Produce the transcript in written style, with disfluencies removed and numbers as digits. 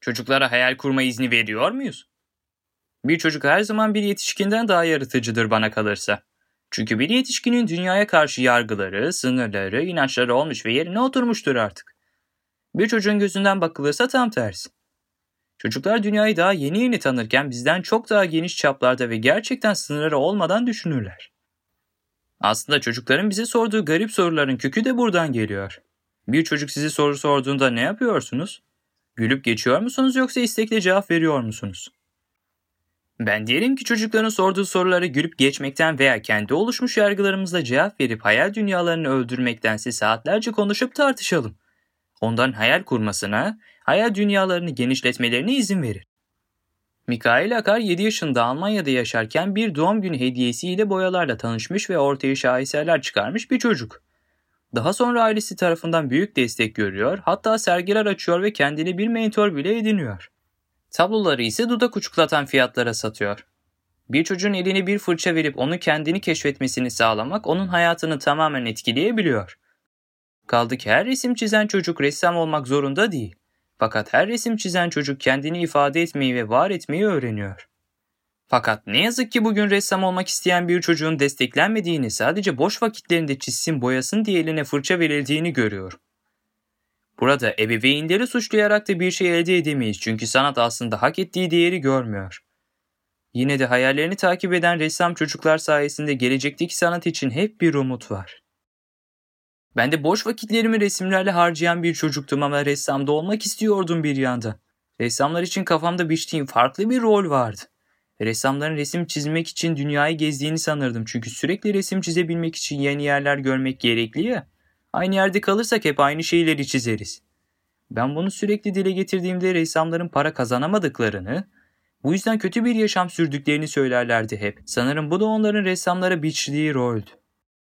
Çocuklara hayal kurma izni veriyor muyuz? Bir çocuk her zaman bir yetişkinden daha yaratıcıdır bana kalırsa. Çünkü bir yetişkinin dünyaya karşı yargıları, sınırları, inançları olmuş ve yerine oturmuştur artık. Bir çocuğun gözünden bakılırsa tam tersi. Çocuklar dünyayı daha yeni yeni tanırken bizden çok daha geniş çaplarda ve gerçekten sınırları olmadan düşünürler. Aslında çocukların bize sorduğu garip soruların kökü de buradan geliyor. Bir çocuk size soru sorduğunda ne yapıyorsunuz? Gülüp geçiyor musunuz yoksa istekle cevap veriyor musunuz? Ben diyelim ki çocukların sorduğu soruları gülüp geçmekten veya kendi oluşmuş yargılarımızla cevap verip hayal dünyalarını öldürmektense saatlerce konuşup tartışalım. Ondan hayal kurmasına, hayal dünyalarını genişletmelerine izin verir. Mikail Akar 7 yaşında Almanya'da yaşarken bir doğum günü hediyesiyle boyalarla tanışmış ve ortaya şaheserler çıkarmış bir çocuk. Daha sonra ailesi tarafından büyük destek görüyor, hatta sergiler açıyor ve kendine bir mentor bile ediniyor. Tabloları ise dudak uçuklatan fiyatlara satıyor. Bir çocuğun eline bir fırça verip onu kendini keşfetmesini sağlamak onun hayatını tamamen etkileyebiliyor. Kaldı ki her resim çizen çocuk ressam olmak zorunda değil. Fakat her resim çizen çocuk kendini ifade etmeyi ve var etmeyi öğreniyor. Fakat ne yazık ki bugün ressam olmak isteyen bir çocuğun desteklenmediğini, sadece boş vakitlerinde çizsin boyasın diye eline fırça verildiğini görüyorum. Burada ebeveynleri suçlayarak da bir şey elde edemeyiz çünkü sanat aslında hak ettiği değeri görmüyor. Yine de hayallerini takip eden ressam çocuklar sayesinde gelecekteki sanat için hep bir umut var. Ben de boş vakitlerimi resimlerle harcayan bir çocuktum ama ressam da olmak istiyordum bir yanda. Ressamlar için kafamda biçtiğim farklı bir rol vardı. Ressamların resim çizmek için dünyayı gezdiğini sanırdım çünkü sürekli resim çizebilmek için yeni yerler görmek gerekli ya. Aynı yerde kalırsak hep aynı şeyleri çizeriz. Ben bunu sürekli dile getirdiğimde ressamların para kazanamadıklarını, bu yüzden kötü bir yaşam sürdüklerini söylerlerdi hep. Sanırım bu da onların ressamlara biçtiği roldü.